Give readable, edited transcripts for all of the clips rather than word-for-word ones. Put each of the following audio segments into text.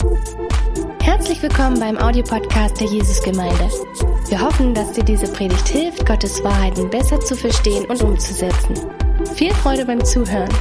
Herzlich willkommen beim Audiopodcast der Jesusgemeinde. Wir hoffen, dass dir diese Predigt hilft, Gottes Wahrheiten besser zu verstehen und umzusetzen. Viel Freude beim Zuhören.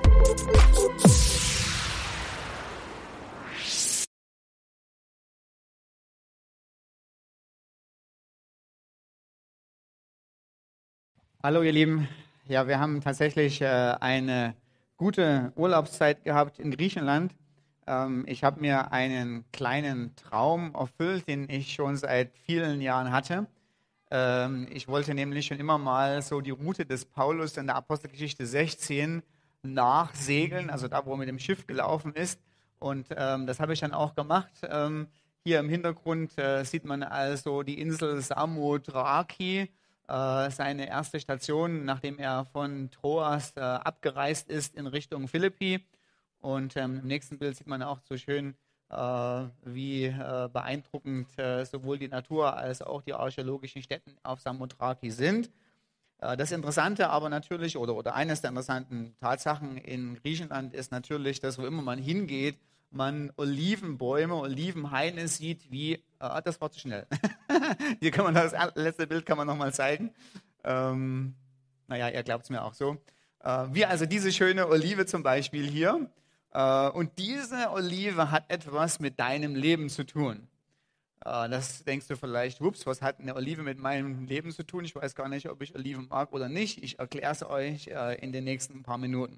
Hallo ihr Lieben, ja, wir haben tatsächlich eine gute Urlaubszeit gehabt in Griechenland. Ich habe mir einen kleinen Traum erfüllt, den ich schon seit vielen Jahren hatte. Ich wollte nämlich schon immer mal so die Route des Paulus in der Apostelgeschichte 16 nachsegeln, also da, wo er mit dem Schiff gelaufen ist. Und das habe ich dann auch gemacht. Hier im Hintergrund sieht man also die Insel Samothraki, seine erste Station, nachdem er von Troas abgereist ist in Richtung Philippi. Und im nächsten Bild sieht man auch so schön, wie beeindruckend sowohl die Natur als auch die archäologischen Stätten auf Samothraki sind. Das Interessante aber natürlich, oder eines der interessanten Tatsachen in Griechenland ist natürlich, dass wo immer man hingeht, man Olivenbäume, Olivenhaine sieht, wie, das war zu schnell. Hier kann man das letzte Bild kann man nochmal zeigen. Naja, ihr glaubt es mir auch so. Wie also diese schöne Olive zum Beispiel hier. Und diese Olive hat etwas mit deinem Leben zu tun. Das denkst du vielleicht, ups, was hat eine Olive mit meinem Leben zu tun? Ich weiß gar nicht, ob ich Oliven mag oder nicht. Ich erkläre es euch in den nächsten paar Minuten.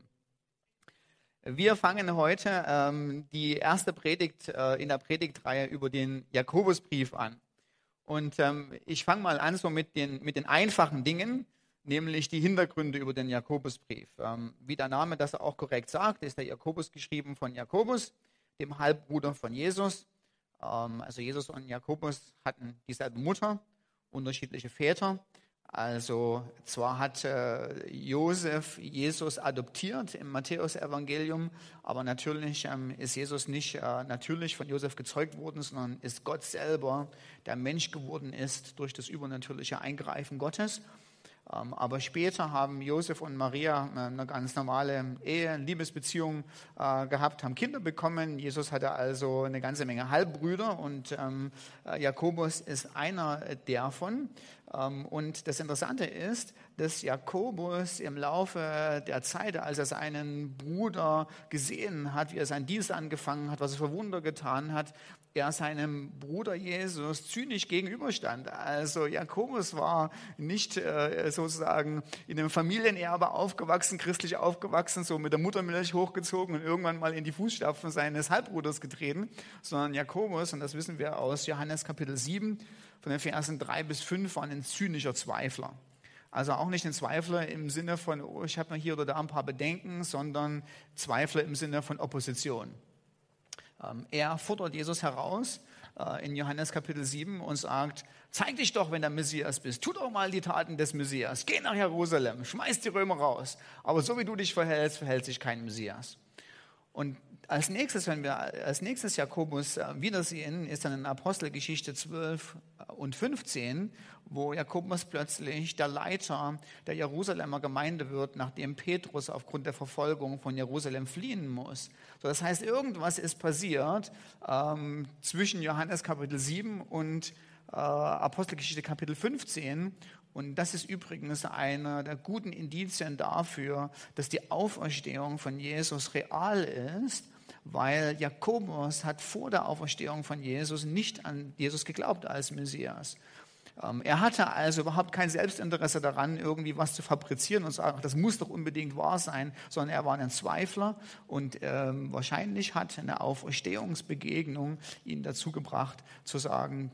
Wir fangen heute die erste Predigt in der Predigtreihe über den Jakobusbrief an. Und ich fange mal an so mit den einfachen Dingen, nämlich die Hintergründe über den Jakobusbrief. Wie der Name das auch korrekt sagt, ist der Jakobus geschrieben von Jakobus, dem Halbbruder von Jesus. Also Jesus und Jakobus hatten dieselbe Mutter, unterschiedliche Väter. Also zwar hat Josef Jesus adoptiert im Matthäus-Evangelium, aber natürlich ist Jesus nicht natürlich von Josef gezeugt worden, sondern ist Gott selber, der Mensch geworden ist durch das übernatürliche Eingreifen Gottes. Aber später haben Josef und Maria eine ganz normale Ehe, Liebesbeziehung gehabt, haben Kinder bekommen. Jesus hatte also eine ganze Menge Halbbrüder und Jakobus ist einer davon. Und das Interessante ist, dass Jakobus im Laufe der Zeit, als er seinen Bruder gesehen hat, wie er seinen Dienst angefangen hat, was er für Wunder getan hat, er seinem Bruder Jesus zynisch gegenüberstand. Also Jakobus war nicht sozusagen in einem Familienerbe aufgewachsen, christlich aufgewachsen, so mit der Muttermilch hochgezogen und irgendwann mal in die Fußstapfen seines Halbbruders getreten, sondern Jakobus, und das wissen wir aus Johannes Kapitel 7, von den Versen 3 bis 5, war ein zynischer Zweifler. Also auch nicht ein Zweifler im Sinne von, oh, ich habe mal hier oder da ein paar Bedenken, sondern Zweifler im Sinne von Opposition. Er fordert Jesus heraus in Johannes Kapitel 7 und sagt, zeig dich doch, wenn der Messias bist. Tu doch mal die Taten des Messias. Geh nach Jerusalem, schmeiß die Römer raus. Aber so wie du dich verhältst, verhält sich kein Messias. Und als nächstes, wenn wir als nächstes Jakobus wiedersehen, ist dann in Apostelgeschichte 12 und 15, wo Jakobus plötzlich der Leiter der Jerusalemer Gemeinde wird, nachdem Petrus aufgrund der Verfolgung von Jerusalem fliehen muss. So, das heißt, irgendwas ist passiert zwischen Johannes Kapitel 7 und Apostelgeschichte Kapitel 15. Und das ist übrigens einer der guten Indizien dafür, dass die Auferstehung von Jesus real ist, weil Jakobus hat vor der Auferstehung von Jesus nicht an Jesus geglaubt als Messias. Er hatte also überhaupt kein Selbstinteresse daran, irgendwie was zu fabrizieren und zu sagen, das muss doch unbedingt wahr sein, sondern er war ein Zweifler und wahrscheinlich hat eine Auferstehungsbegegnung ihn dazu gebracht, zu sagen,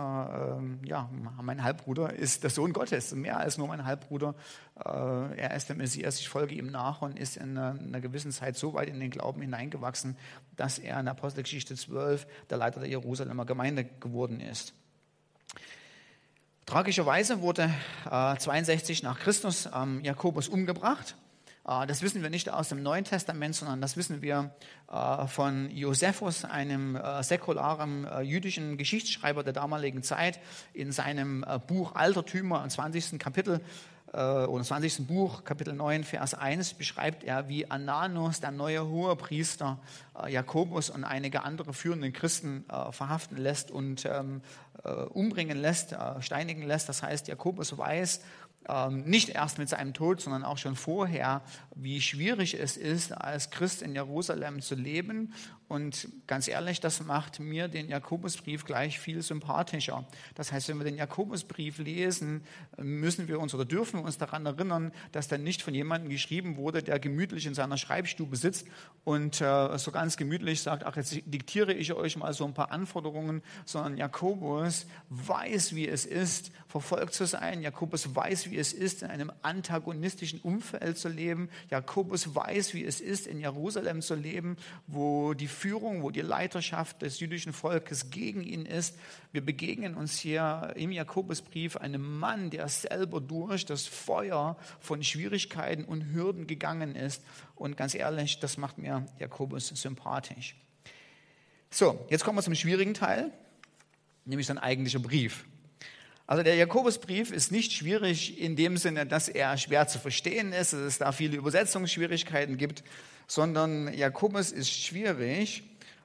mein Halbbruder ist der Sohn Gottes, mehr als nur mein Halbbruder, er ist der Messias, ich folge ihm nach und ist in einer gewissen Zeit so weit in den Glauben hineingewachsen, dass er in Apostelgeschichte 12 der Leiter der Jerusalemer Gemeinde geworden ist. Tragischerweise wurde 62 nach Christus Jakobus umgebracht. Das wissen wir nicht aus dem Neuen Testament, sondern das wissen wir von Josephus, einem säkularen jüdischen Geschichtsschreiber der damaligen Zeit. In seinem Buch Altertümer im 20. Kapitel oder 20. Buch, Kapitel 9, Vers 1, beschreibt er, wie Ananus, der neue Hohepriester, Jakobus und einige andere führende Christen verhaften lässt und umbringen lässt, steinigen lässt. Das heißt, Jakobus weiß, nicht erst mit seinem Tod, sondern auch schon vorher, wie schwierig es ist, als Christ in Jerusalem zu leben. Und ganz ehrlich, das macht mir den Jakobusbrief gleich viel sympathischer. Das heißt, wenn wir den Jakobusbrief lesen, müssen wir uns oder dürfen wir uns daran erinnern, dass der nicht von jemandem geschrieben wurde, der gemütlich in seiner Schreibstube sitzt und so ganz gemütlich sagt, ach, jetzt diktiere ich euch mal so ein paar Anforderungen, sondern Jakobus weiß, wie es ist, verfolgt zu sein. Jakobus weiß, wie es ist, in einem antagonistischen Umfeld zu leben. Jakobus weiß, wie es ist, in Jerusalem zu leben, wo die Führung, wo die Leiterschaft des jüdischen Volkes gegen ihn ist. Wir begegnen uns hier im Jakobusbrief einem Mann, der selber durch das Feuer von Schwierigkeiten und Hürden gegangen ist. Und ganz ehrlich, das macht mir Jakobus sympathisch. So, jetzt kommen wir zum schwierigen Teil, nämlich sein eigentlicher Brief. Also der Jakobusbrief ist nicht schwierig in dem Sinne, dass er schwer zu verstehen ist, dass es da viele Übersetzungsschwierigkeiten gibt, sondern Jakobus ist schwierig,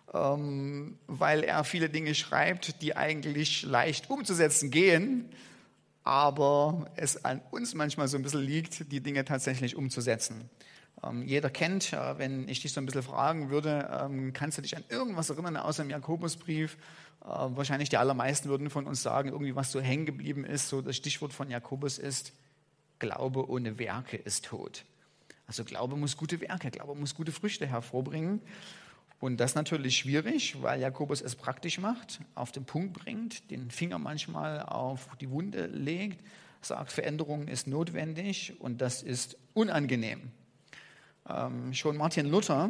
weil er viele Dinge schreibt, die eigentlich leicht umzusetzen gehen, aber es an uns manchmal so ein bisschen liegt, die Dinge tatsächlich umzusetzen. Jeder kennt, wenn ich dich so ein bisschen fragen würde, kannst du dich an irgendwas erinnern aus dem Jakobusbrief? Wahrscheinlich die allermeisten würden von uns sagen, irgendwie was so hängen geblieben ist. So das Stichwort von Jakobus ist, Glaube ohne Werke ist tot. Also Glaube muss gute Werke, Glaube muss gute Früchte hervorbringen. Und das ist natürlich schwierig, weil Jakobus es praktisch macht, auf den Punkt bringt, den Finger manchmal auf die Wunde legt, sagt, Veränderung ist notwendig und das ist unangenehm. Schon Martin Luther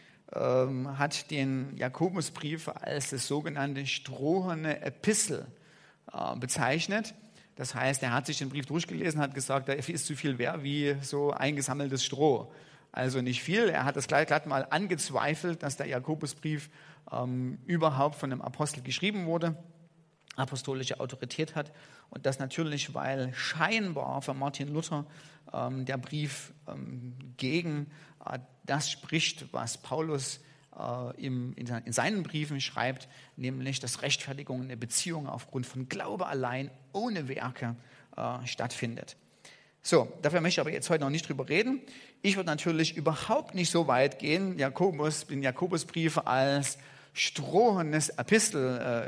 hat den Jakobusbrief als das sogenannte stroherne Epistel bezeichnet. Das heißt, er hat sich den Brief durchgelesen, hat gesagt, da ist so viel wert wie so eingesammeltes Stroh. Also nicht viel. Er hat das gleich glatt mal angezweifelt, dass der Jakobusbrief überhaupt von einem Apostel geschrieben wurde, apostolische Autorität hat. Und das natürlich, weil scheinbar für Martin Luther der Brief gegen das spricht, was Paulus in seinen Briefen schreibt, nämlich, dass Rechtfertigung in der Beziehung aufgrund von Glaube allein ohne Werke stattfindet. So, dafür möchte ich aber jetzt heute noch nicht drüber reden. Ich würde natürlich überhaupt nicht so weit gehen, den Jakobusbrief als stroherne Epistel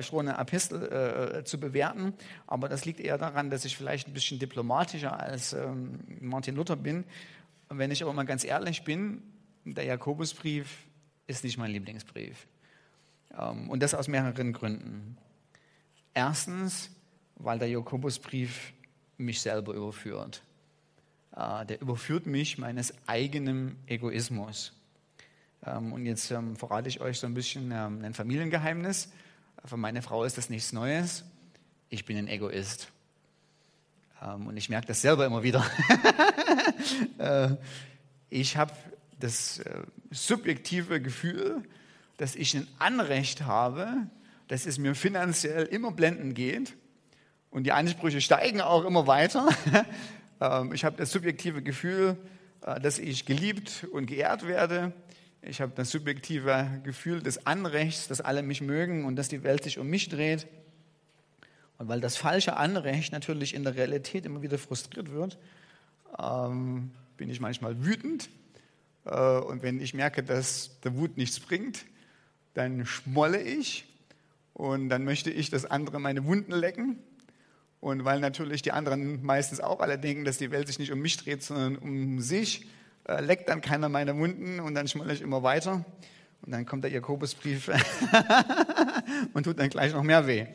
zu bewerten. Aber das liegt eher daran, dass ich vielleicht ein bisschen diplomatischer als Martin Luther bin. Und wenn ich aber mal ganz ehrlich bin, der Jakobusbrief ist nicht mein Lieblingsbrief. Und das aus mehreren Gründen. Erstens, weil der Jakobusbrief mich selber überführt. Der überführt mich meines eigenen Egoismus. Und jetzt verrate ich euch so ein bisschen ein Familiengeheimnis. Für meine Frau ist das nichts Neues. Ich bin ein Egoist. Und ich merke das selber immer wieder. Ich habe das subjektive Gefühl, dass ich ein Anrecht habe, dass es mir finanziell immer blendend geht. Und die Ansprüche steigen auch immer weiter. Ich habe das subjektive Gefühl, dass ich geliebt und geehrt werde. Ich habe das subjektive Gefühl des Anrechts, dass alle mich mögen und dass die Welt sich um mich dreht. Und weil das falsche Anrecht natürlich in der Realität immer wieder frustriert wird, bin ich manchmal wütend. Und wenn ich merke, dass der Wut nichts bringt, dann schmolle ich und dann möchte ich, dass andere meine Wunden lecken. Und weil natürlich die anderen meistens auch alle denken, dass die Welt sich nicht um mich dreht, sondern um sich, leckt dann keiner meiner Wunden und dann schmolle ich immer weiter. Und dann kommt der Jakobusbrief und tut dann gleich noch mehr weh.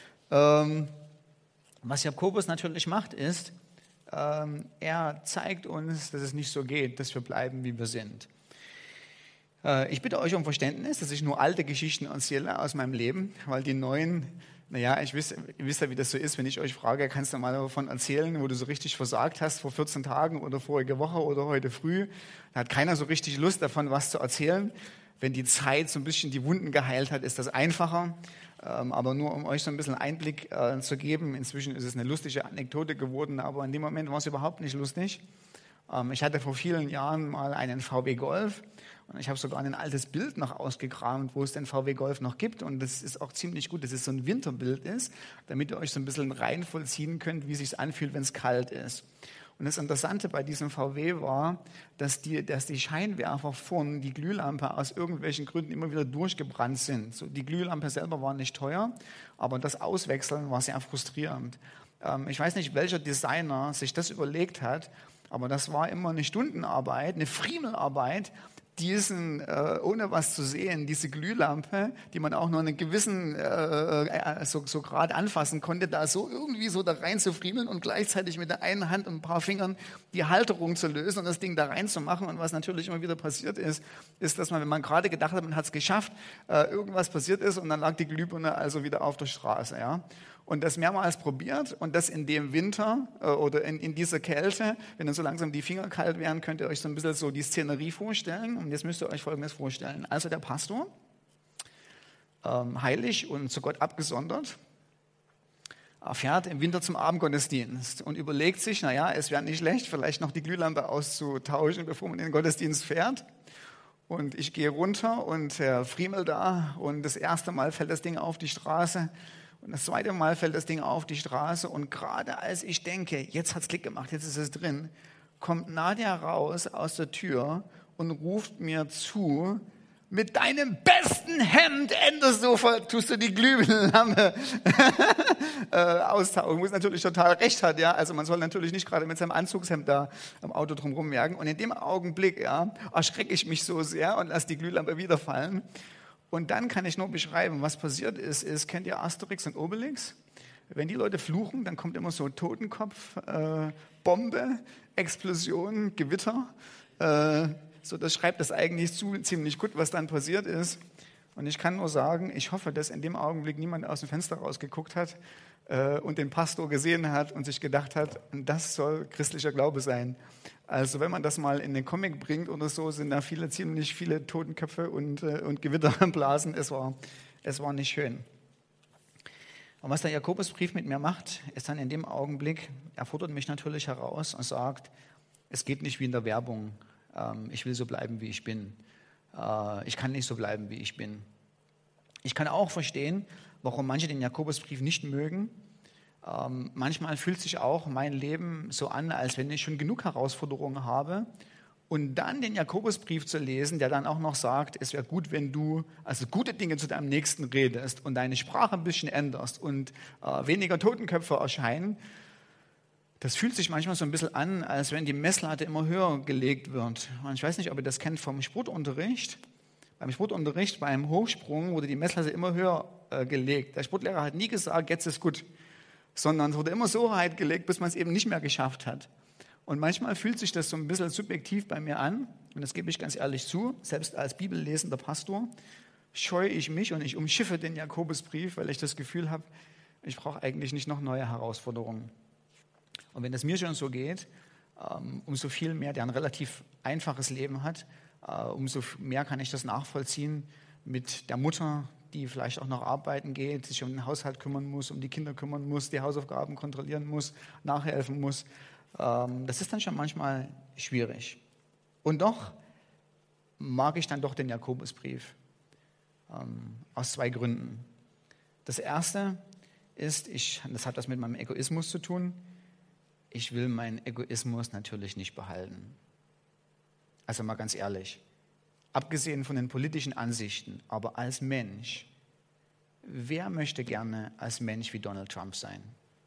Was Jakobus natürlich macht, ist, er zeigt uns, dass es nicht so geht, dass wir bleiben, wie wir sind. Ich bitte euch um Verständnis, dass ich nur alte Geschichten erzähle aus meinem Leben, weil die neuen, ihr wisst ja, wie das so ist, wenn ich euch frage, kannst du mal davon erzählen, wo du so richtig versagt hast, vor 14 Tagen oder vorige Woche oder heute früh. Da hat keiner so richtig Lust davon, was zu erzählen. Wenn die Zeit so ein bisschen die Wunden geheilt hat, ist das einfacher. Aber nur um euch so ein bisschen Einblick zu geben, inzwischen ist es eine lustige Anekdote geworden, aber in dem Moment war es überhaupt nicht lustig. Ich hatte vor vielen Jahren mal einen VW Golf und ich habe sogar ein altes Bild noch ausgekramt, wo es den VW Golf noch gibt, und das ist auch ziemlich gut, dass es so ein Winterbild ist, damit ihr euch so ein bisschen rein vollziehen könnt, wie es sich anfühlt, wenn es kalt ist. Und das Interessante bei diesem VW war, dass die Scheinwerfer vorne, die Glühlampe, aus irgendwelchen Gründen immer wieder durchgebrannt sind. So, die Glühlampe selber war nicht teuer, aber das Auswechseln war sehr frustrierend. Ich weiß nicht, welcher Designer sich das überlegt hat, aber das war immer eine Stundenarbeit, eine Friemelarbeit, ohne was zu sehen, diese Glühlampe, die man auch nur einen gewissen so Grad anfassen konnte, da so irgendwie so da rein zu friemeln und gleichzeitig mit der einen Hand und ein paar Fingern die Halterung zu lösen und das Ding da reinzumachen. Und was natürlich immer wieder passiert ist, dass man, wenn man gerade gedacht hat, man hat es geschafft, irgendwas passiert ist und dann lag die Glühbirne also wieder auf der Straße. Ja? Und das mehrmals probiert und das in dem Winter oder in dieser Kälte, wenn dann so langsam die Finger kalt werden, könnt ihr euch so ein bisschen so die Szenerie vorstellen. Und jetzt müsst ihr euch Folgendes vorstellen. Also der Pastor, heilig und zu Gott abgesondert, fährt im Winter zum Abendgottesdienst und überlegt sich, naja, es wäre nicht schlecht, vielleicht noch die Glühlampe auszutauschen, bevor man in den Gottesdienst fährt. Und ich gehe runter und friemel da und das erste Mal fällt das Ding auf die Straße. Und das zweite Mal fällt das Ding auf die Straße und gerade als ich denke, jetzt hat es Klick gemacht, jetzt ist es drin, kommt Nadja raus aus der Tür und ruft mir zu, mit deinem besten Hemd tust du die Glühlampe austauschen. Wo es natürlich total recht hat, ja. Also man soll natürlich nicht gerade mit seinem Anzugshemd da am Auto drum rummerken. Und in dem Augenblick, ja, erschrecke ich mich so sehr und lasse die Glühlampe wieder fallen. Und dann kann ich nur beschreiben, was passiert ist, kennt ihr Asterix und Obelix? Wenn die Leute fluchen, dann kommt immer so Totenkopf, Bombe, Explosion, Gewitter. So, das schreibt das eigentlich ziemlich gut, was dann passiert ist. Und ich kann nur sagen, ich hoffe, dass in dem Augenblick niemand aus dem Fenster rausgeguckt hat und den Pastor gesehen hat und sich gedacht hat, das soll christlicher Glaube sein. Also wenn man das mal in den Comic bringt oder so, sind da ziemlich viele Totenköpfe und Gewitterblasen. Es war nicht schön. Und was der Jakobusbrief mit mir macht, ist dann in dem Augenblick, er fordert mich natürlich heraus und sagt, es geht nicht wie in der Werbung, ich will so bleiben, wie ich bin. Ich kann nicht so bleiben, wie ich bin. Ich kann auch verstehen, warum manche den Jakobusbrief nicht mögen. Manchmal fühlt sich auch mein Leben so an, als wenn ich schon genug Herausforderungen habe. Und dann den Jakobusbrief zu lesen, der dann auch noch sagt, es wäre gut, wenn du also gute Dinge zu deinem Nächsten redest und deine Sprache ein bisschen änderst und weniger Totenköpfe erscheinen. Das fühlt sich manchmal so ein bisschen an, als wenn die Messlatte immer höher gelegt wird. Und ich weiß nicht, ob ihr das kennt vom Sportunterricht. Beim Sportunterricht, beim Hochsprung wurde die Messlatte immer höher gelegt. Der Sportlehrer hat nie gesagt, jetzt ist gut, sondern es wurde immer so weit gelegt, bis man es eben nicht mehr geschafft hat. Und manchmal fühlt sich das so ein bisschen subjektiv bei mir an, und das gebe ich ganz ehrlich zu, selbst als bibellesender Pastor scheue ich mich und ich umschiffe den Jakobusbrief, weil ich das Gefühl habe, ich brauche eigentlich nicht noch neue Herausforderungen. Und wenn es mir schon so geht, umso viel mehr, der ein relativ einfaches Leben hat, umso mehr kann ich das nachvollziehen mit der Mutter, die vielleicht auch noch arbeiten geht, sich um den Haushalt kümmern muss, um die Kinder kümmern muss, die Hausaufgaben kontrollieren muss, nachhelfen muss. Das ist dann schon manchmal schwierig. Und doch mag ich dann doch den Jakobusbrief. Aus zwei Gründen. Das erste ist, das hat was mit meinem Egoismus zu tun, ich will meinen Egoismus natürlich nicht behalten. Also mal ganz ehrlich, abgesehen von den politischen Ansichten, aber als Mensch, wer möchte gerne als Mensch wie Donald Trump sein?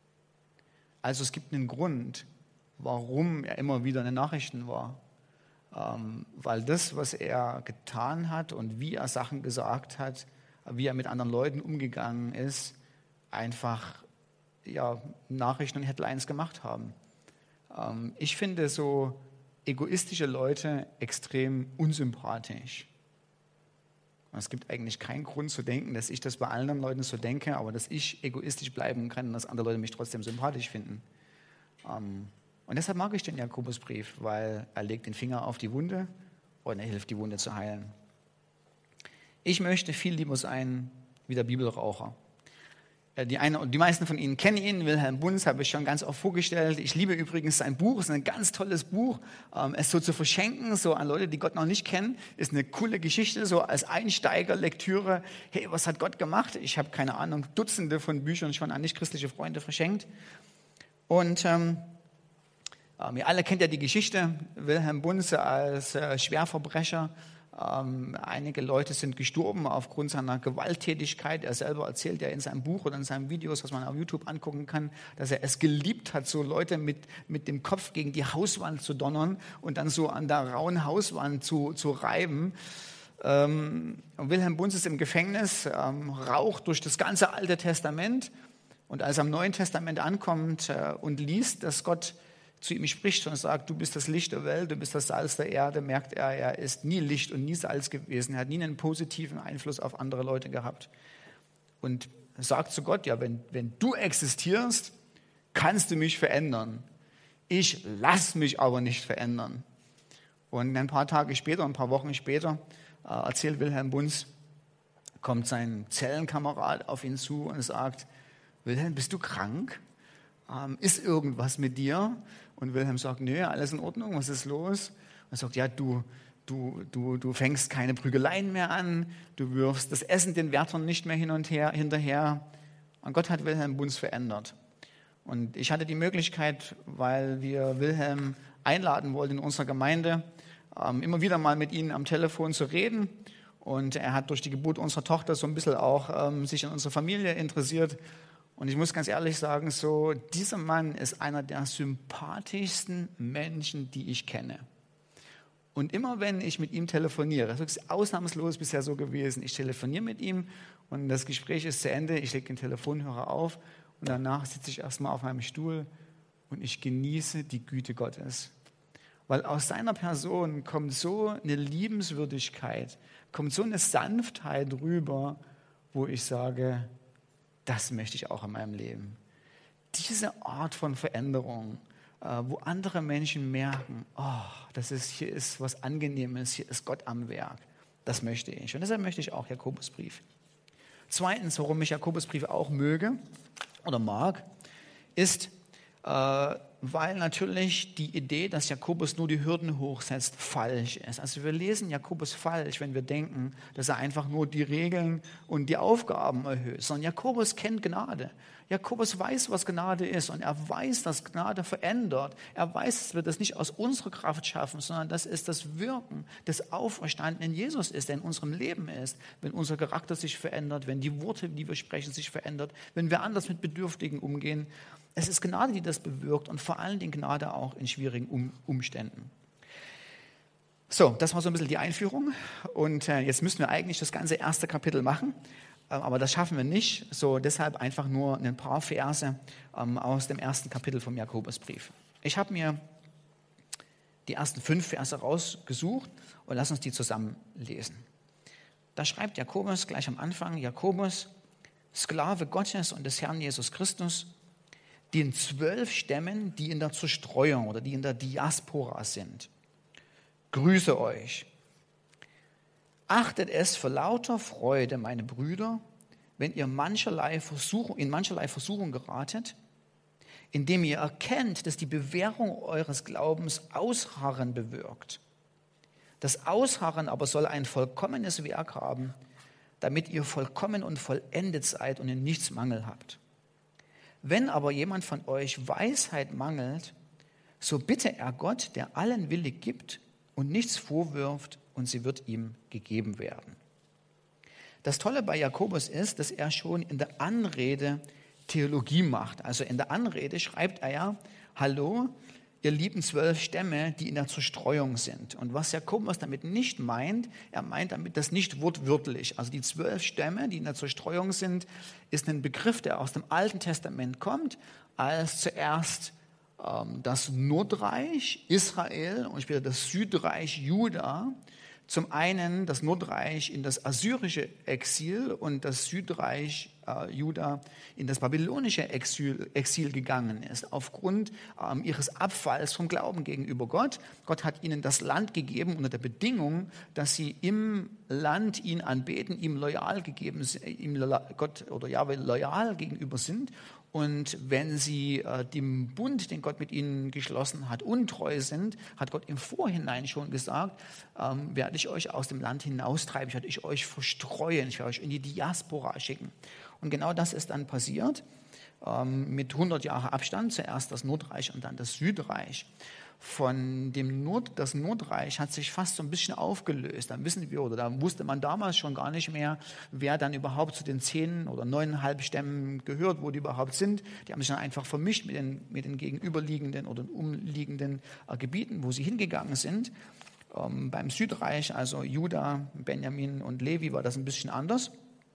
Also es gibt einen Grund, warum er immer wieder in den Nachrichten war. Weil das, was er getan hat und wie er Sachen gesagt hat, wie er mit anderen Leuten umgegangen ist, einfach Nachrichten und Headlines gemacht haben. Ich finde so egoistische Leute extrem unsympathisch. Und es gibt eigentlich keinen Grund zu denken, dass ich das bei anderen Leuten so denke, aber dass ich egoistisch bleiben kann und dass andere Leute mich trotzdem sympathisch finden. Und deshalb mag ich den Jakobusbrief, weil er legt den Finger auf die Wunde und er hilft, die Wunde zu heilen. Ich möchte viel lieber sein wie der Bibelraucher. Die meisten von Ihnen kennen ihn, Wilhelm Bunz, habe ich schon ganz oft vorgestellt. Ich liebe übrigens sein Buch, es ist ein ganz tolles Buch. Es so zu verschenken, so an Leute, die Gott noch nicht kennen, ist eine coole Geschichte, so als Einsteigerlektüre. Hey, was hat Gott gemacht? Ich habe keine Ahnung, Dutzende von Büchern schon an nichtchristliche Freunde verschenkt. Und ihr alle kennt ja die Geschichte, Wilhelm Bunz als Schwerverbrecher. Einige Leute sind gestorben aufgrund seiner Gewalttätigkeit. Er selber erzählt ja in seinem Buch oder in seinen Videos, was man auf YouTube angucken kann, dass er es geliebt hat, so Leute mit dem Kopf gegen die Hauswand zu donnern und dann so an der rauen Hauswand zu reiben. Wilhelm Bunz ist im Gefängnis, raucht durch das ganze Alte Testament, und als er im Neuen Testament ankommt und liest, dass Gott zu ihm spricht und sagt, du bist das Licht der Welt, du bist das Salz der Erde, merkt er ist nie Licht und nie Salz gewesen. Er hat nie einen positiven Einfluss auf andere Leute gehabt. Und sagt zu Gott, ja, wenn du existierst, kannst du mich verändern. Ich lass mich aber nicht verändern. Und ein paar Tage später, ein paar Wochen später, erzählt Wilhelm Bunz, kommt sein Zellenkamerad auf ihn zu und sagt, Wilhelm, bist du krank? Ist irgendwas mit dir? Und Wilhelm sagt, nö, alles in Ordnung, was ist los? Und er sagt, ja, du fängst keine Prügeleien mehr an, du wirfst das Essen den Wärtern nicht mehr hinterher. Und Gott hat Wilhelm Bunz verändert. Und ich hatte die Möglichkeit, weil wir Wilhelm einladen wollten in unserer Gemeinde, immer wieder mal mit ihm am Telefon zu reden. Und er hat durch die Geburt unserer Tochter so ein bisschen auch sich an unsere Familie interessiert. Und ich muss ganz ehrlich sagen, so, dieser Mann ist einer der sympathischsten Menschen, die ich kenne. Und immer wenn ich mit ihm telefoniere, das ist ausnahmslos bisher so gewesen, ich telefoniere mit ihm und das Gespräch ist zu Ende, ich lege den Telefonhörer auf und danach sitze ich erstmal auf meinem Stuhl und ich genieße die Güte Gottes. Weil aus seiner Person kommt so eine Liebenswürdigkeit, kommt so eine Sanftheit rüber, wo ich sage, das möchte ich auch in meinem Leben. Diese Art von Veränderung, wo andere Menschen merken, hier ist was Angenehmes, hier ist Gott am Werk. Das möchte ich. Und deshalb möchte ich auch Jakobusbrief. Zweitens, warum ich Jakobusbrief auch möge oder mag, ist, weil natürlich die Idee, dass Jakobus nur die Hürden hochsetzt, falsch ist. Also wir lesen Jakobus falsch, wenn wir denken, dass er einfach nur die Regeln und die Aufgaben erhöht. Sondern Jakobus kennt Gnade. Jakobus weiß, was Gnade ist und er weiß, dass Gnade verändert. Er weiß, dass wir das nicht aus unserer Kraft schaffen, sondern dass es das Wirken des auferstandenen Jesus ist, der in unserem Leben ist. Wenn unser Charakter sich verändert, wenn die Worte, die wir sprechen, sich verändert, wenn wir anders mit Bedürftigen umgehen. Es ist Gnade, die das bewirkt und vor allen Dingen Gnade auch in schwierigen Umständen. So, das war so ein bisschen die Einführung und jetzt müssen wir eigentlich das ganze erste Kapitel machen, aber das schaffen wir nicht, so deshalb einfach nur ein paar Verse aus dem ersten Kapitel vom Jakobusbrief. Ich habe mir die ersten 5 Verse rausgesucht und lass uns die zusammen lesen. Da schreibt Jakobus gleich am Anfang, Jakobus, Sklave Gottes und des Herrn Jesus Christus, den 12 Stämmen, die in der Zerstreuung oder die in der Diaspora sind. Grüße euch. Achtet es für lauter Freude, meine Brüder, wenn ihr in mancherlei Versuchung geratet, indem ihr erkennt, dass die Bewährung eures Glaubens Ausharren bewirkt. Das Ausharren aber soll ein vollkommenes Werk haben, damit ihr vollkommen und vollendet seid und in nichts Mangel habt. Wenn aber jemand von euch Weisheit mangelt, so bitte er Gott, der allen willig gibt und nichts vorwirft, und sie wird ihm gegeben werden. Das Tolle bei Jakobus ist, dass er schon in der Anrede Theologie macht. Also in der Anrede schreibt er ja, hallo, ihr lieben 12 Stämme, die in der Zerstreuung sind. Und was Jakobus damit nicht meint, er meint damit das nicht wortwörtlich. Also die 12 Stämme, die in der Zerstreuung sind, ist ein Begriff, der aus dem Alten Testament kommt, als zuerst das Nordreich Israel und später das Südreich Juda, zum einen das Nordreich in das assyrische Exil und das Südreich Juda in das babylonische Exil gegangen ist, aufgrund ihres Abfalls vom Glauben gegenüber Gott. Gott hat ihnen das Land gegeben unter der Bedingung, dass sie im Land ihn anbeten, ihm Gott oder Jahwe loyal gegenüber sind. Und wenn sie dem Bund, den Gott mit ihnen geschlossen hat, untreu sind, hat Gott im Vorhinein schon gesagt, werde ich euch aus dem Land hinaustreiben, ich werde euch verstreuen, ich werde euch in die Diaspora schicken. Und genau das ist dann passiert, mit 100 Jahren Abstand, zuerst das Nordreich und dann das Südreich. Von dem das Nordreich hat sich fast so ein bisschen aufgelöst. Da wusste man damals schon gar nicht mehr, wer dann überhaupt zu den 10 oder 9,5 Stämmen gehört, wo die überhaupt sind. Die haben sich dann einfach vermischt mit den gegenüberliegenden oder umliegenden Gebieten, wo sie hingegangen sind. Beim Südreich, also Juda, Benjamin und Levi, war das ein bisschen anders.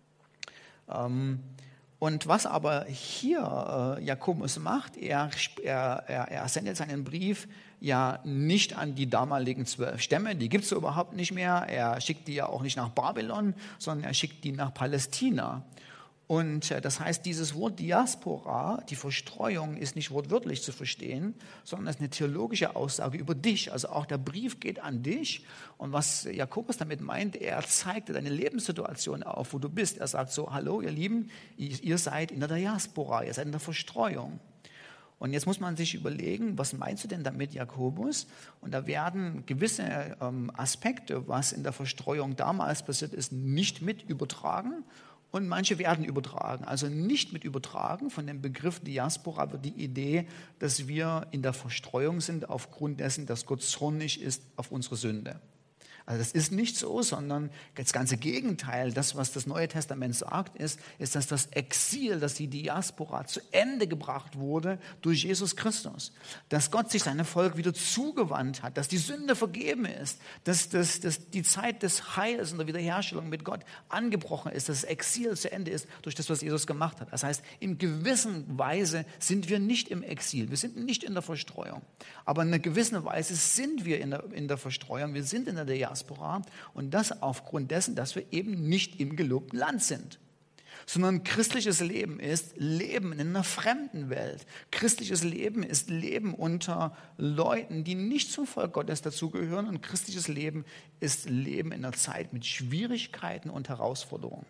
Und was aber hier Jakobus macht, er sendet seinen Brief ja nicht an die damaligen 12 Stämme, die gibt es so überhaupt nicht mehr. Er schickt die ja auch nicht nach Babylon, sondern er schickt die nach Palästina. Und das heißt, dieses Wort Diaspora, die Verstreuung, ist nicht wortwörtlich zu verstehen, sondern es ist eine theologische Aussage über dich. Also auch der Brief geht an dich. Und was Jakobus damit meint, er zeigt deine Lebenssituation auf, wo du bist. Er sagt so, hallo ihr Lieben, ihr seid in der Diaspora, ihr seid in der Verstreuung. Und jetzt muss man sich überlegen, was meinst du denn damit, Jakobus? Und da werden gewisse Aspekte, was in der Verstreuung damals passiert ist, nicht mit übertragen. Und manche werden übertragen, also nicht mit übertragen. Von dem Begriff Diaspora wird die Idee, dass wir in der Verstreuung sind aufgrund dessen, dass Gott zornig ist auf unsere Sünde. Also das ist nicht so, sondern das ganze Gegenteil, das, was das Neue Testament sagt, ist, dass das Exil, dass die Diaspora zu Ende gebracht wurde durch Jesus Christus. Dass Gott sich seinem Volk wieder zugewandt hat, dass die Sünde vergeben ist, dass die Zeit des Heils und der Wiederherstellung mit Gott angebrochen ist, dass das Exil zu Ende ist durch das, was Jesus gemacht hat. Das heißt, in gewisser Weise sind wir nicht im Exil, wir sind nicht in der Verstreuung. Aber in einer gewissen Weise sind wir in der Verstreuung, wir sind in der Diaspora. Und das aufgrund dessen, dass wir eben nicht im gelobten Land sind. Sondern christliches Leben ist Leben in einer fremden Welt. Christliches Leben ist Leben unter Leuten, die nicht zum Volk Gottes dazugehören. Und christliches Leben ist Leben in einer Zeit mit Schwierigkeiten und Herausforderungen.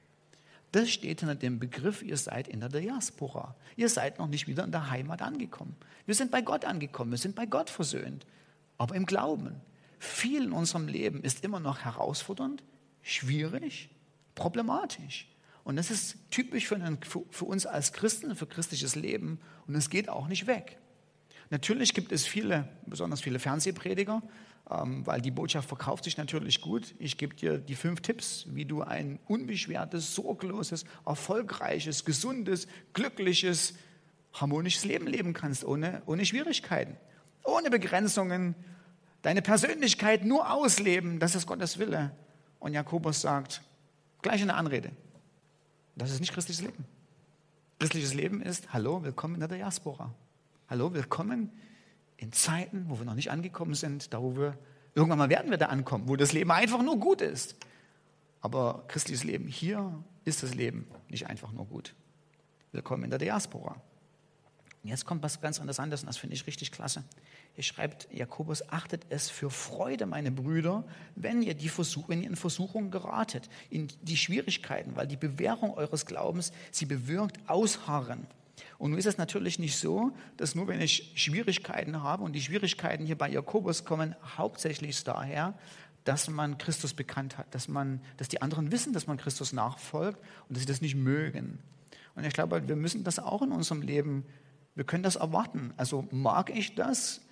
Das steht hinter dem Begriff, ihr seid in der Diaspora. Ihr seid noch nicht wieder in der Heimat angekommen. Wir sind bei Gott angekommen, wir sind bei Gott versöhnt, aber im Glauben. Viel in unserem Leben ist immer noch herausfordernd, schwierig, problematisch. Und das ist typisch für uns als Christen, für christliches Leben. Und es geht auch nicht weg. Natürlich gibt es besonders viele Fernsehprediger, weil die Botschaft verkauft sich natürlich gut. Ich gebe dir die 5 Tipps, wie du ein unbeschwertes, sorgloses, erfolgreiches, gesundes, glückliches, harmonisches Leben leben kannst, ohne Schwierigkeiten, ohne Begrenzungen. Deine Persönlichkeit nur ausleben, das ist Gottes Wille. Und Jakobus sagt, gleich in der Anrede, das ist nicht christliches Leben. Christliches Leben ist, hallo, willkommen in der Diaspora. Hallo, willkommen in Zeiten, wo wir noch nicht angekommen sind, da wo wir, irgendwann mal werden wir da ankommen, wo das Leben einfach nur gut ist. Aber christliches Leben, hier ist das Leben nicht einfach nur gut. Willkommen in der Diaspora. Und jetzt kommt was ganz Interessantes und das finde ich richtig klasse. Hier schreibt Jakobus, achtet es für Freude, meine Brüder, wenn ihr in Versuchung geratet, in die Schwierigkeiten, weil die Bewährung eures Glaubens, sie bewirkt Ausharren. Und nun ist es natürlich nicht so, dass nur wenn ich Schwierigkeiten habe, und die Schwierigkeiten hier bei Jakobus kommen hauptsächlich daher, dass man Christus bekannt hat, dass die anderen wissen, dass man Christus nachfolgt und dass sie das nicht mögen. Und ich glaube, wir müssen das auch in unserem Leben, wir können das erwarten. Also mag ich das?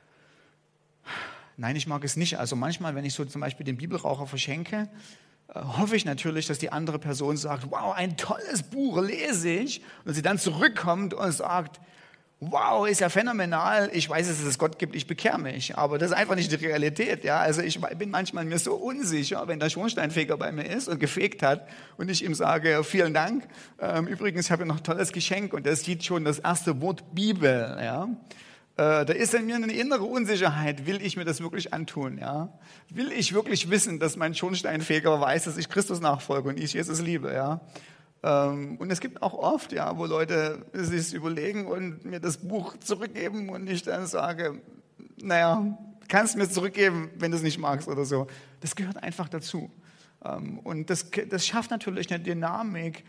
Nein, ich mag es nicht. Also manchmal, wenn ich so zum Beispiel den Bibelraucher verschenke, hoffe ich natürlich, dass die andere Person sagt, wow, ein tolles Buch lese ich. Und sie dann zurückkommt und sagt, wow, ist ja phänomenal, ich weiß, dass es Gott gibt, ich bekehre mich. Aber das ist einfach nicht die Realität. Ja? Also ich bin manchmal mir so unsicher, wenn der Schornsteinfeger bei mir ist und gefegt hat und ich ihm sage, vielen Dank. Übrigens, ich habe noch ein tolles Geschenk und das sieht schon das erste Wort Bibel. Ja? Da ist in mir eine innere Unsicherheit. Will ich mir das wirklich antun? Ja? Will ich wirklich wissen, dass mein Schornsteinfeger weiß, dass ich Christus nachfolge und ich Jesus liebe? Ja? Und es gibt auch oft, ja, wo Leute sich überlegen und mir das Buch zurückgeben und ich dann sage, naja, kannst du mir zurückgeben, wenn du es nicht magst oder so. Das gehört einfach dazu. Und das schafft natürlich eine Dynamik,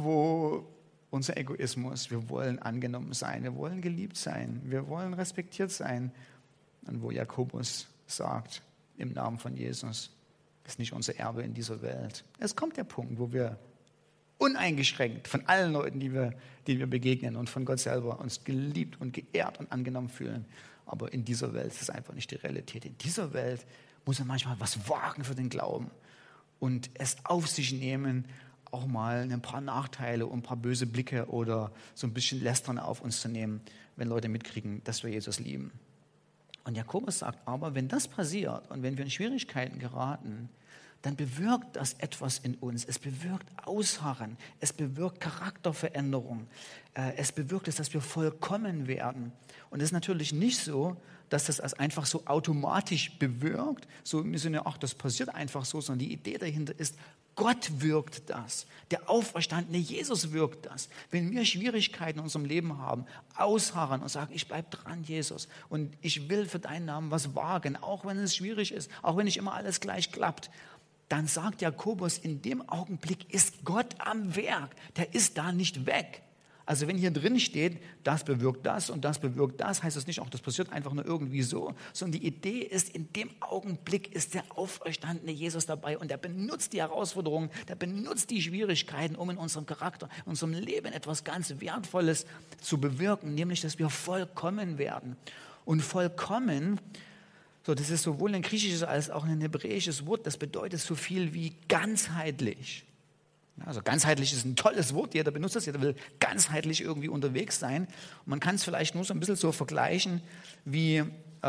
wo unser Egoismus, wir wollen angenommen sein, wir wollen geliebt sein, wir wollen respektiert sein. Und wo Jakobus sagt, im Namen von Jesus, ist nicht unser Erbe in dieser Welt. Es kommt der Punkt, wo wir uneingeschränkt von allen Leuten, denen wir begegnen und von Gott selber uns geliebt und geehrt und angenommen fühlen. Aber in dieser Welt ist es einfach nicht die Realität. In dieser Welt muss man manchmal was wagen für den Glauben und es auf sich nehmen, auch mal ein paar Nachteile und ein paar böse Blicke oder so ein bisschen Lästern auf uns zu nehmen, wenn Leute mitkriegen, dass wir Jesus lieben. Und Jakobus sagt aber, wenn das passiert und wenn wir in Schwierigkeiten geraten, dann bewirkt das etwas in uns. Es bewirkt Ausharren, es bewirkt Charakterveränderung, es bewirkt es, dass wir vollkommen werden. Und es ist natürlich nicht so, dass das einfach so automatisch bewirkt, so im Sinne, ach, das passiert einfach so, sondern die Idee dahinter ist, Gott wirkt das. Der auferstandene Jesus wirkt das. Wenn wir Schwierigkeiten in unserem Leben haben, ausharren und sagen, ich bleibe dran, Jesus, und ich will für deinen Namen was wagen, auch wenn es schwierig ist, auch wenn nicht immer alles gleich klappt, dann sagt Jakobus, in dem Augenblick ist Gott am Werk. Der ist da nicht weg. Also wenn hier drin steht, das bewirkt das und das bewirkt das, heißt das nicht, auch das passiert einfach nur irgendwie so, sondern die Idee ist, in dem Augenblick ist der auferstandene Jesus dabei und der benutzt die Herausforderungen, der benutzt die Schwierigkeiten, um in unserem Charakter, in unserem Leben etwas ganz Wertvolles zu bewirken, nämlich, dass wir vollkommen werden. Und vollkommen, so, das ist sowohl ein griechisches als auch ein hebräisches Wort, das bedeutet so viel wie ganzheitlich. Also ganzheitlich ist ein tolles Wort, jeder benutzt das, jeder will ganzheitlich irgendwie unterwegs sein. Und man kann es vielleicht nur so ein bisschen so vergleichen wie ich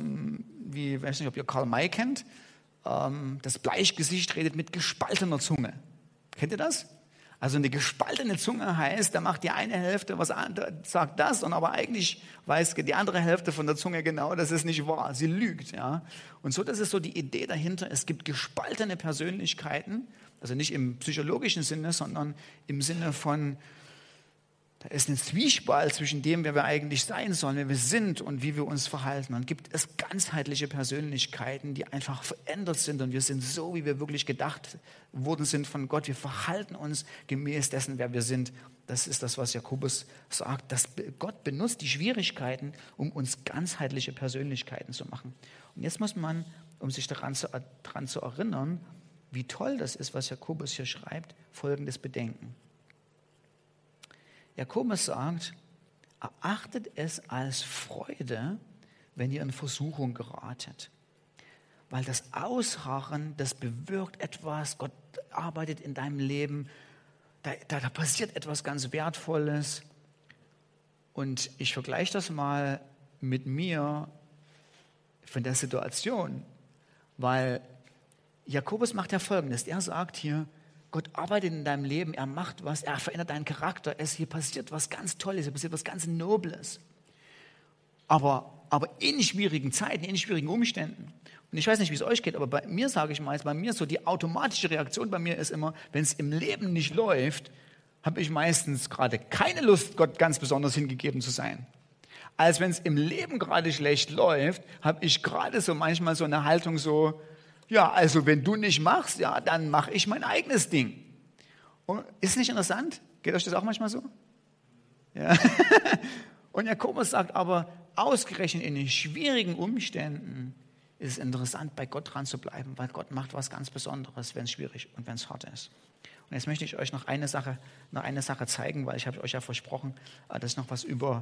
weiß nicht, ob ihr Karl May kennt, das Bleichgesicht redet mit gespaltener Zunge. Kennt ihr das? Also eine gespaltene Zunge heißt, da macht die eine Hälfte was anderes, sagt das, und aber eigentlich weiß die andere Hälfte von der Zunge genau, das ist nicht wahr, sie lügt. Ja? Und so, das ist so die Idee dahinter, es gibt gespaltene Persönlichkeiten, also nicht im psychologischen Sinne, sondern im Sinne von, da ist ein Zwiespalt zwischen dem, wer wir eigentlich sein sollen, wer wir sind und wie wir uns verhalten. Dann gibt es ganzheitliche Persönlichkeiten, die einfach verändert sind und wir sind so, wie wir wirklich gedacht worden sind von Gott. Wir verhalten uns gemäß dessen, wer wir sind. Das ist das, was Jakobus sagt, dass Gott benutzt die Schwierigkeiten, um uns ganzheitliche Persönlichkeiten zu machen. Und jetzt muss man, um sich daran zu erinnern, wie toll das ist, was Jakobus hier schreibt, Folgendes bedenken. Jakobus sagt, erachtet es als Freude, wenn ihr in Versuchung geratet. Weil das Ausharren, das bewirkt etwas, Gott arbeitet in deinem Leben, da passiert etwas ganz Wertvolles. Und ich vergleiche das mal mit mir von der Situation, weil Jakobus macht ja Folgendes, er sagt hier, Gott arbeitet in deinem Leben, er macht was, er verändert deinen Charakter, hier passiert was ganz Tolles, hier passiert was ganz Nobles. Aber in schwierigen Zeiten, in schwierigen Umständen. Und ich weiß nicht, wie es euch geht, aber bei mir sage ich mal, bei mir so die automatische Reaktion bei mir ist immer, wenn es im Leben nicht läuft, habe ich meistens gerade keine Lust, Gott ganz besonders hingegeben zu sein. Als wenn es im Leben gerade schlecht läuft, habe ich gerade so manchmal so eine Haltung so, ja, also wenn du nicht machst, ja, dann mache ich mein eigenes Ding. Und ist nicht interessant? Geht euch das auch manchmal so? Ja. Und Jakobus sagt aber, ausgerechnet in den schwierigen Umständen ist es interessant, bei Gott dran zu bleiben, weil Gott macht was ganz Besonderes, wenn es schwierig und wenn es hart ist. Und jetzt möchte ich euch noch eine Sache zeigen, weil ich habe euch ja versprochen, dass ich noch was über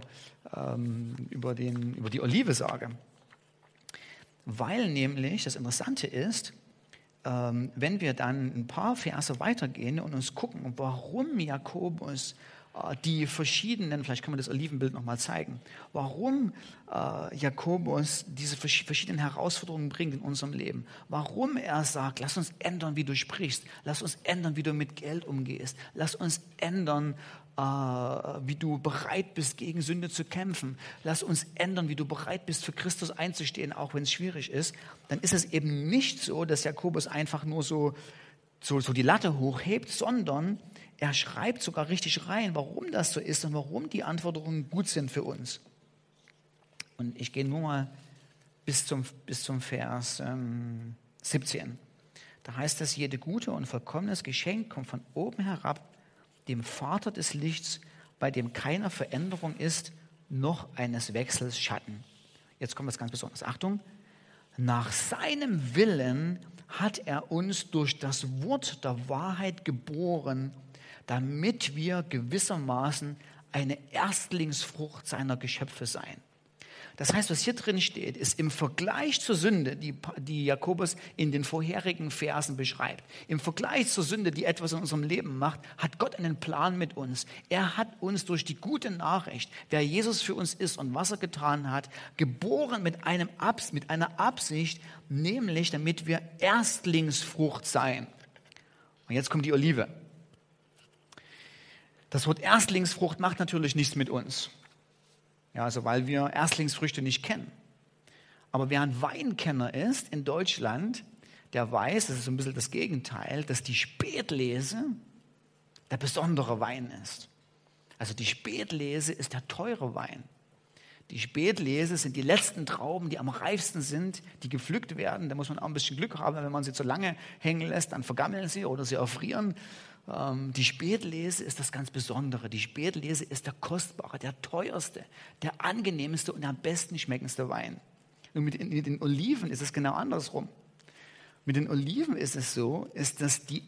die Olive sage. Weil nämlich das Interessante ist, wenn wir dann ein paar Verse weitergehen und uns gucken, warum Jakobus die verschiedenen, vielleicht können wir das Olivenbild nochmal zeigen, warum Jakobus diese verschiedenen Herausforderungen bringt in unserem Leben, warum er sagt, lass uns ändern, wie du sprichst, lass uns ändern, wie du mit Geld umgehst, lass uns ändern, wie du bereit bist, gegen Sünde zu kämpfen. Lass uns ändern, wie du bereit bist, für Christus einzustehen, auch wenn es schwierig ist. Dann ist es eben nicht so, dass Jakobus einfach nur so die Latte hochhebt, sondern er schreibt sogar richtig rein, warum das so ist und warum die Anforderungen gut sind für uns. Und ich gehe nur mal bis zum Vers 17. Da heißt es, jede gute und vollkommenes Geschenk kommt von oben herab, dem Vater des Lichts, bei dem keine Veränderung ist, noch eines Wechsels Schatten. Jetzt kommt was ganz Besonderes. Achtung. Nach seinem Willen hat er uns durch das Wort der Wahrheit geboren, damit wir gewissermaßen eine Erstlingsfrucht seiner Geschöpfe seien. Das heißt, was hier drin steht, ist im Vergleich zur Sünde, die Jakobus in den vorherigen Versen beschreibt, im Vergleich zur Sünde, die etwas in unserem Leben macht, hat Gott einen Plan mit uns. Er hat uns durch die gute Nachricht, wer Jesus für uns ist und was er getan hat, geboren mit einer Absicht, nämlich damit wir Erstlingsfrucht seien. Und jetzt kommt die Olive. Das Wort Erstlingsfrucht macht natürlich nichts mit uns. Ja, also weil wir Erstlingsfrüchte nicht kennen. Aber wer ein Weinkenner ist in Deutschland, der weiß, das ist so ein bisschen das Gegenteil, dass die Spätlese der besondere Wein ist. Also die Spätlese ist der teure Wein. Die Spätlese sind die letzten Trauben, die am reifsten sind, die gepflückt werden. Da muss man auch ein bisschen Glück haben, wenn man sie zu lange hängen lässt, dann vergammeln sie oder sie erfrieren. Die Spätlese ist das ganz Besondere. Die Spätlese ist der kostbare, der teuerste, der angenehmste und am besten schmeckendste Wein. Und mit den Oliven ist es genau andersrum. Mit den Oliven ist es so, dass die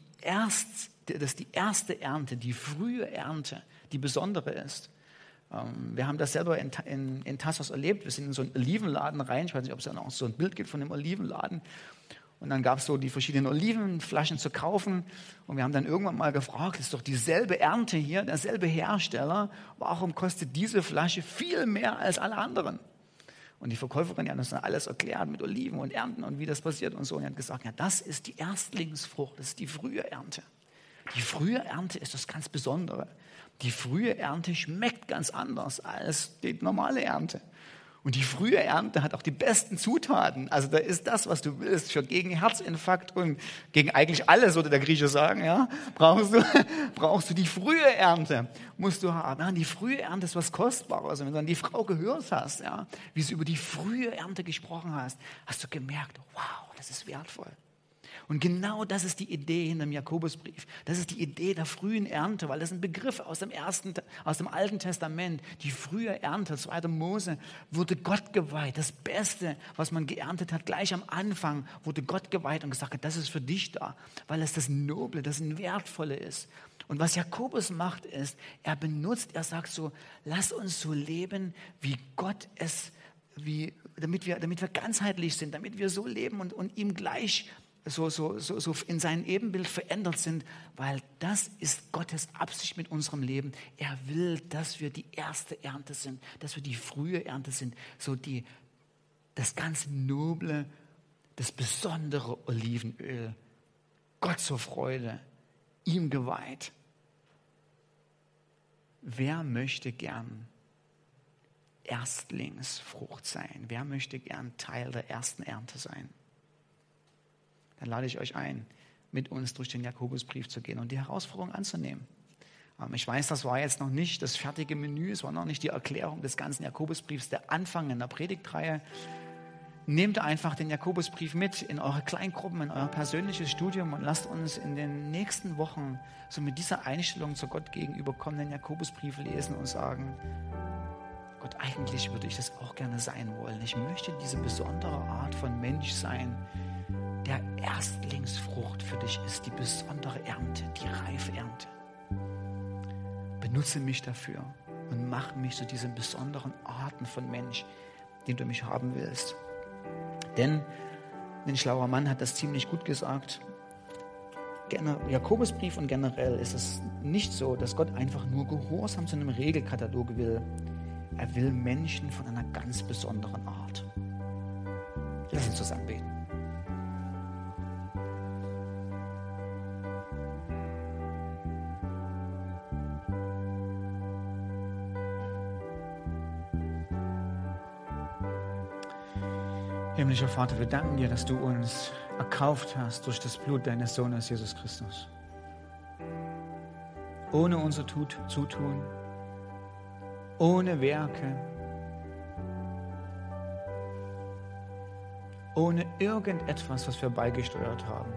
erste Ernte, die frühe Ernte, die besondere ist. Wir haben das selber in Tassos erlebt. Wir sind in so einen Olivenladen rein. Ich weiß nicht, ob es da noch so ein Bild gibt von dem Olivenladen. Und dann gab es so die verschiedenen Olivenflaschen zu kaufen. Und wir haben dann irgendwann mal gefragt, das ist doch dieselbe Ernte hier, derselbe Hersteller. Warum kostet diese Flasche viel mehr als alle anderen? Und die Verkäuferin hat uns dann alles erklärt mit Oliven und Ernten und wie das passiert und so. Und die hat gesagt, ja, das ist die Erstlingsfrucht, das ist die frühe Ernte. Die frühe Ernte ist das ganz Besondere. Die frühe Ernte schmeckt ganz anders als die normale Ernte. Und die frühe Ernte hat auch die besten Zutaten. Also da ist das, was du willst, gegen Herzinfarkt und gegen eigentlich alles, würde der Grieche sagen, ja, brauchst du die frühe Ernte, musst du haben. Ja, die frühe Ernte ist was Kostbares. Und wenn du dann die Frau gehört hast, ja, wie sie über die frühe Ernte gesprochen hast du gemerkt, wow, das ist wertvoll. Und genau das ist die Idee in dem Jakobusbrief. Das ist die Idee der frühen Ernte, weil das ist ein Begriff aus dem Alten Testament. Die frühe Ernte, 2. Mose, wurde Gott geweiht. Das Beste, was man geerntet hat, gleich am Anfang, wurde Gott geweiht und gesagt, das ist für dich da, weil es das Noble, das Wertvolle ist. Und was Jakobus macht, ist, er sagt so, lass uns so leben, wie Gott es, damit wir ganzheitlich sind, damit wir so leben und ihm gleich so in seinem Ebenbild verändert sind, weil das ist Gottes Absicht mit unserem Leben. Er will, dass wir die erste Ernte sind, dass wir die frühe Ernte sind, das ganz noble, das besondere Olivenöl. Gott zur Freude, ihm geweiht. Wer möchte gern Erstlingsfrucht sein? Wer möchte gern Teil der ersten Ernte sein? Dann lade ich euch ein, mit uns durch den Jakobusbrief zu gehen und die Herausforderung anzunehmen. Ich weiß, das war jetzt noch nicht das fertige Menü, es war noch nicht die Erklärung des ganzen Jakobusbriefs, der Anfang in der Predigtreihe. Nehmt einfach den Jakobusbrief mit in eure Kleingruppen, in euer persönliches Studium und lasst uns in den nächsten Wochen so mit dieser Einstellung zu Gott gegenüber kommen, den Jakobusbrief lesen und sagen, Gott, eigentlich würde ich das auch gerne sein wollen. Ich möchte diese besondere Art von Mensch sein, der Erstlingsfrucht für dich ist, die besondere Ernte, die reife Ernte. Benutze mich dafür und mach mich zu diesen besonderen Arten von Mensch, den du mich haben willst. Denn ein schlauer Mann hat das ziemlich gut gesagt. Jakobusbrief und generell ist es nicht so, dass Gott einfach nur Gehorsam zu einem Regelkatalog will. Er will Menschen von einer ganz besonderen Art. Lass uns zusammen beten. Himmlischer Vater, wir danken dir, dass du uns erkauft hast durch das Blut deines Sohnes Jesus Christus. ohne unser Zutun, ohne Werke, ohne irgendetwas, was wir beigesteuert haben.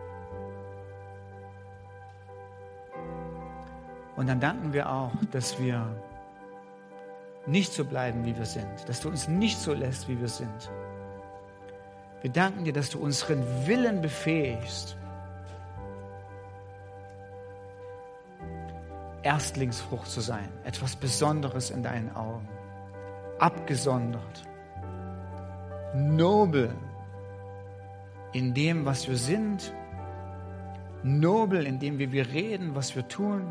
Und dann danken wir auch, dass wir nicht so bleiben, wie wir sind, dass du uns nicht so lässt, wie wir sind. Wir danken dir, dass du unseren Willen befähigst, Erstlingsfrucht zu sein, etwas Besonderes in deinen Augen, abgesondert, nobel in dem, was wir sind, nobel in dem, wie wir reden, was wir tun.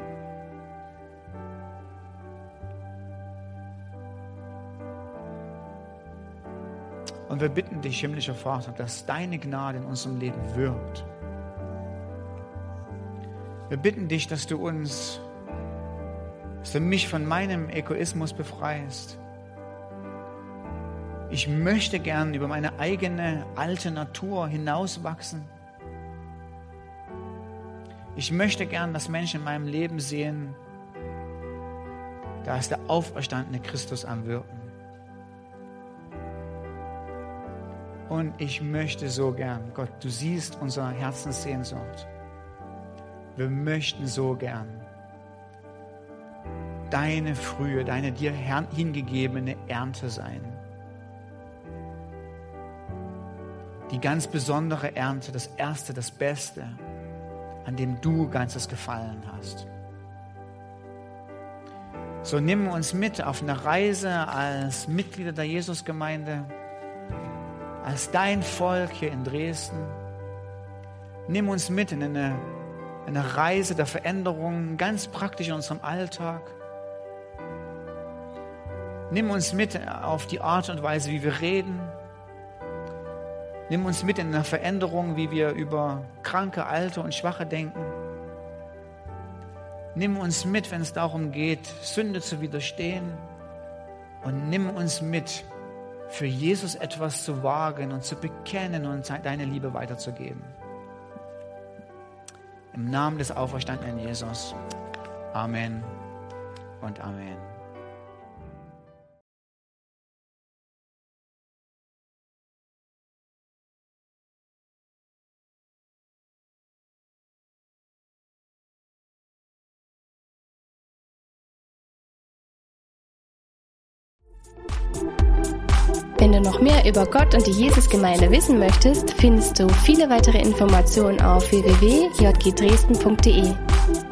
Und wir bitten dich, himmlischer Vater, dass deine Gnade in unserem Leben wirkt. Wir bitten dich, dass du mich von meinem Egoismus befreist. Ich möchte gern über meine eigene alte Natur hinauswachsen. Ich möchte gern, dass Menschen in meinem Leben sehen, da ist der auferstandene Christus am Wirken. Und ich möchte so gern, Gott, du siehst unsere Herzenssehnsucht. Wir möchten so gern deine frühe, deine dir hingegebene Ernte sein. Die ganz besondere Ernte, das Erste, das Beste, an dem du ganzes Gefallen hast. So nimm uns mit auf eine Reise als Mitglieder der Jesusgemeinde, als dein Volk hier in Dresden. Nimm uns mit in eine Reise der Veränderung, ganz praktisch in unserem Alltag. Nimm uns mit auf die Art und Weise, wie wir reden. Nimm uns mit in eine Veränderung, wie wir über Kranke, Alte und Schwache denken. Nimm uns mit, wenn es darum geht, Sünde zu widerstehen. Und nimm uns mit, für Jesus etwas zu wagen und zu bekennen und deine Liebe weiterzugeben. Im Namen des auferstandenen Jesus. Amen und Amen. Wenn du noch mehr über Gott und die Jesusgemeinde wissen möchtest, findest du viele weitere Informationen auf www.jgdresden.de.